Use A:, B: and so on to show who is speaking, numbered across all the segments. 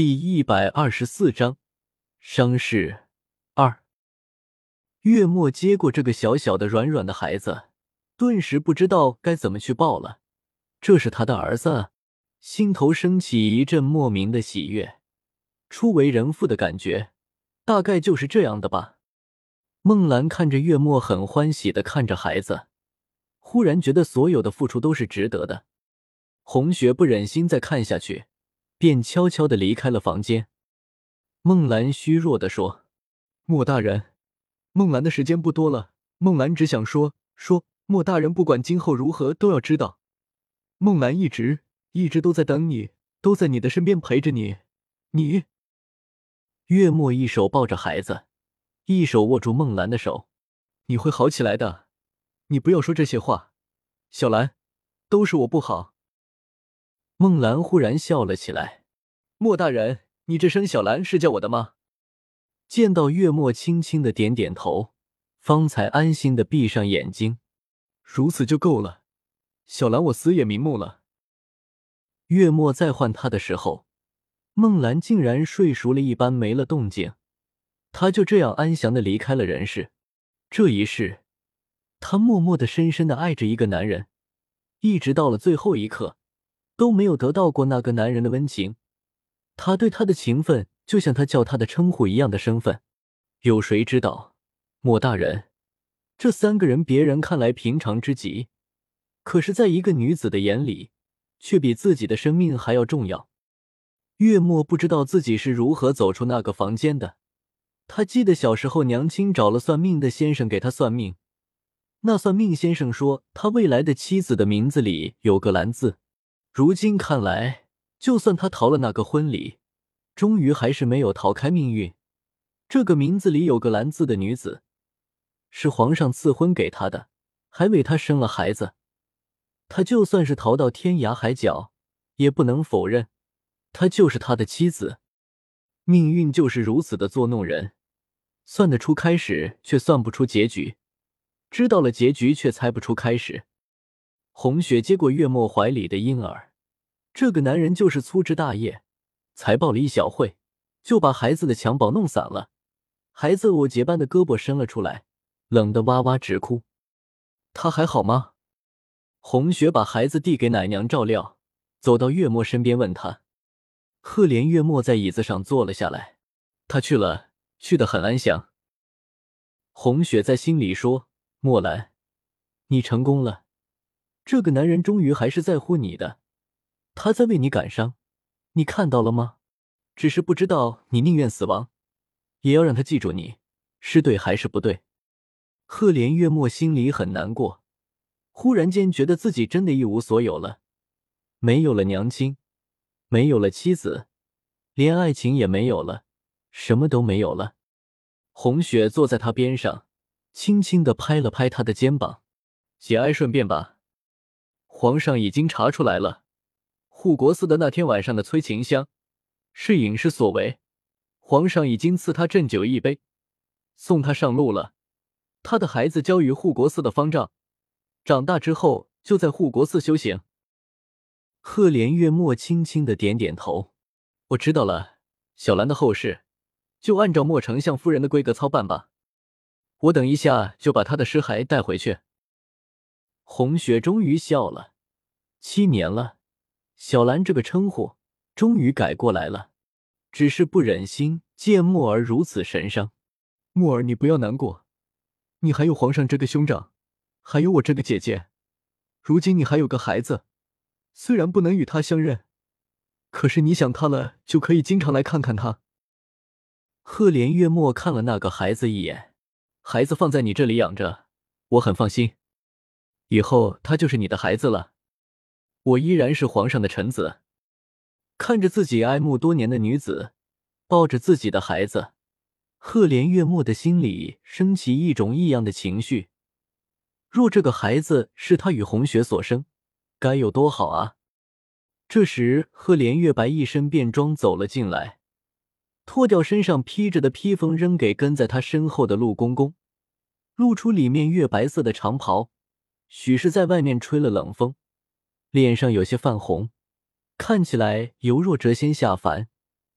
A: 第124章伤势2。月末接过这个小小的软软的孩子，顿时不知道该怎么去抱了。这是他的儿子，心头升起一阵莫名的喜悦，初为人父的感觉，大概就是这样的吧。孟兰看着月末，很欢喜地看着孩子，忽然觉得所有的付出都是值得的。红雪不忍心再看下去，便悄悄地离开了房间。孟兰虚弱地说：“莫大人，孟兰的时间不多了，孟兰只想说，莫大人不管今后如何都要知道，孟兰一直都在等你，都在你的身边陪着你。你。”月末一手抱着孩子，一手握住孟兰的手：“你会好起来的，你不要说这些话，小兰，都是我不好。”孟兰忽然笑了起来：“莫大人，你这声小兰是叫我的吗？”见到月末轻轻的点点头，方才安心的闭上眼睛。如此就够了，小兰我死也瞑目了。月末再唤他的时候，孟兰竟然睡熟了一般没了动静，他就这样安详的离开了人世。这一世，他默默的深深的爱着一个男人，一直到了最后一刻，都没有得到过那个男人的温情。他对他的情分就像他叫他的称呼一样的生分。有谁知道，莫大人，这三个人别人看来平常之极，可是在一个女子的眼里，却比自己的生命还要重要。月末不知道自己是如何走出那个房间的，他记得小时候娘亲找了算命的先生给他算命，那算命先生说他未来的妻子的名字里有个兰字，如今看来，就算他逃了那个婚礼，终于还是没有逃开命运。这个名字里有个兰字的女子，是皇上赐婚给他的，还为他生了孩子。他就算是逃到天涯海角，也不能否认，她就是他的妻子。命运就是如此的作弄人，算得出开始，却算不出结局；知道了结局，却猜不出开始。红雪接过月末怀里的婴儿，这个男人就是粗枝大叶，才抱了一小会，就把孩子的襁褓弄散了。孩子我结般的胳膊伸了出来，冷得哇哇直哭。他还好吗？红雪把孩子递给奶娘照料，走到月末身边问他。赫连月末在椅子上坐了下来，他去了，去得很安详。红雪在心里说，墨兰，你成功了，这个男人终于还是在乎你的，他在为你感伤，你看到了吗？只是不知道你宁愿死亡，也要让他记住你，是对还是不对。赫连月末心里很难过，忽然间觉得自己真的一无所有了，没有了娘亲，没有了妻子，连爱情也没有了，什么都没有了。红雪坐在他边上，轻轻地拍了拍他的肩膀，节哀顺变吧。皇上已经查出来了，护国寺的那天晚上的催情香是隐士所为，皇上已经赐他鸩酒一杯，送他上路了。他的孩子交于护国寺的方丈，长大之后就在护国寺修行。赫连月末轻轻地点点头，我知道了，小兰的后事就按照莫丞相夫人的规格操办吧，我等一下就把她的尸骸带回去。红雪终于笑了，7年了，小兰这个称呼终于改过来了，只是不忍心见墨儿如此神伤。墨儿，你不要难过，你还有皇上这个兄长，还有我这个姐姐，如今你还有个孩子，虽然不能与他相认，可是你想他了，就可以经常来看看他。赫连月末看了那个孩子一眼，孩子放在你这里养着，我很放心，以后他就是你的孩子了，我依然是皇上的臣子。看着自己爱慕多年的女子抱着自己的孩子，赫连月末的心里升起一种异样的情绪。若这个孩子是他与红雪所生，该有多好啊！这时赫连月白一身便装走了进来，脱掉身上披着的披风扔给跟在他身后的陆公公，露出里面月白色的长袍，许是在外面吹了冷风，脸上有些泛红，看起来犹若谪仙下凡，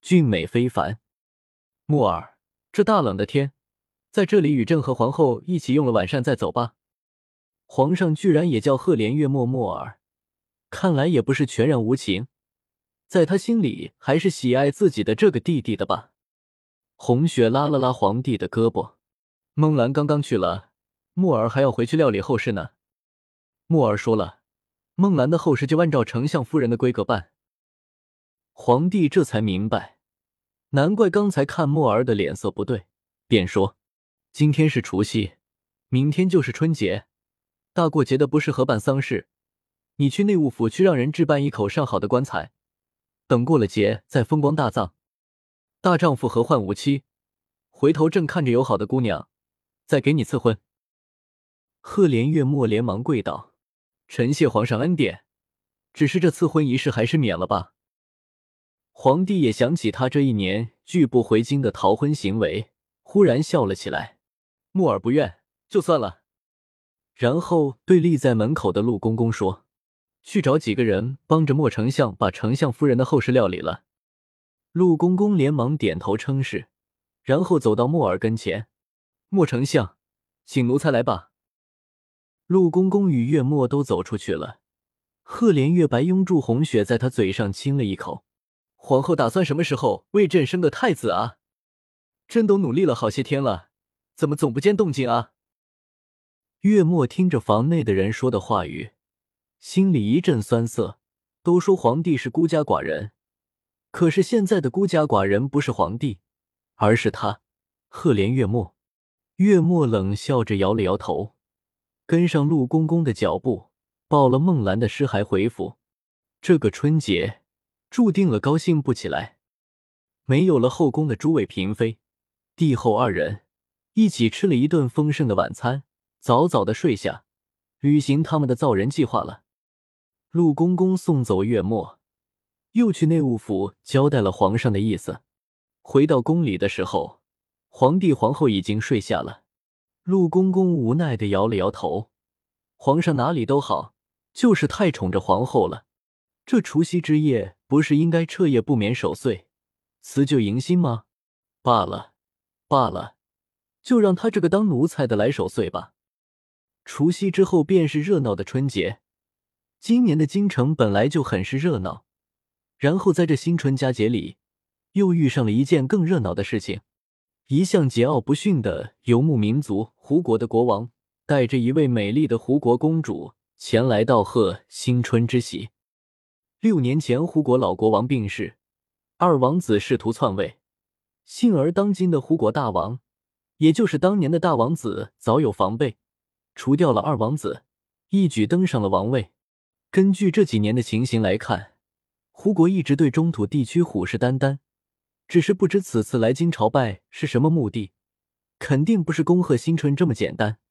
A: 俊美非凡。木儿，这大冷的天，在这里与朕和皇后一起用了晚膳再走吧。皇上居然也叫赫连月墨木儿，看来也不是全然无情，在他心里还是喜爱自己的这个弟弟的吧。红雪拉了拉皇帝的胳膊，孟兰刚刚去了，木儿还要回去料理后事呢。木儿说了，孟兰的后事就按照丞相夫人的规格办。皇帝这才明白，难怪刚才看木儿的脸色不对，便说：今天是除夕，明天就是春节，大过节的不适合办丧事，你去内务府去让人置办一口上好的棺材，等过了节再风光大葬。大丈夫何患无妻，回头朕看着有好的姑娘，再给你赐婚。赫连月墨连忙跪道：臣谢皇上恩典，只是这赐婚仪式还是免了吧。皇帝也想起他这一年拒不回京的逃婚行为，忽然笑了起来。木儿不愿就算了。然后对立在门口的陆公公说：去找几个人帮着莫丞相把丞相夫人的后事料理了。陆公公连忙点头称是，然后走到木儿跟前：莫丞相，请奴才来吧。陆公公与月墨都走出去了，赫连月白拥住红雪，在他嘴上亲了一口。皇后打算什么时候为朕生个太子啊？朕都努力了好些天了，怎么总不见动静啊？月墨听着房内的人说的话语，心里一阵酸涩。都说皇帝是孤家寡人，可是现在的孤家寡人不是皇帝，而是他，赫连月墨。月墨冷笑着摇了摇头，跟上陆公公的脚步，报了孟兰的尸骸回府。这个春节注定了高兴不起来。没有了后宫的诸位嫔妃，帝后二人一起吃了一顿丰盛的晚餐，早早的睡下，履行他们的造人计划了。陆公公送走月墨，又去内务府交代了皇上的意思。回到宫里的时候，皇帝皇后已经睡下了。陆公公无奈地摇了摇头，皇上哪里都好，就是太宠着皇后了。这除夕之夜不是应该彻夜不眠守岁，辞旧迎新吗？罢了，就让他这个当奴才的来守岁吧。除夕之后便是热闹的春节，今年的京城本来就很是热闹，然后在这新春佳节里，又遇上了一件更热闹的事情。一向桀骜不驯的游牧民族胡国的国王，带着一位美丽的胡国公主前来道贺新春之喜。6年前胡国老国王病逝，二王子试图篡位，幸而当今的胡国大王，也就是当年的大王子早有防备，除掉了二王子，一举登上了王位。根据这几年的情形来看，胡国一直对中土地区虎视眈眈，只是不知此次来京朝拜是什么目的，肯定不是恭贺新春这么简单。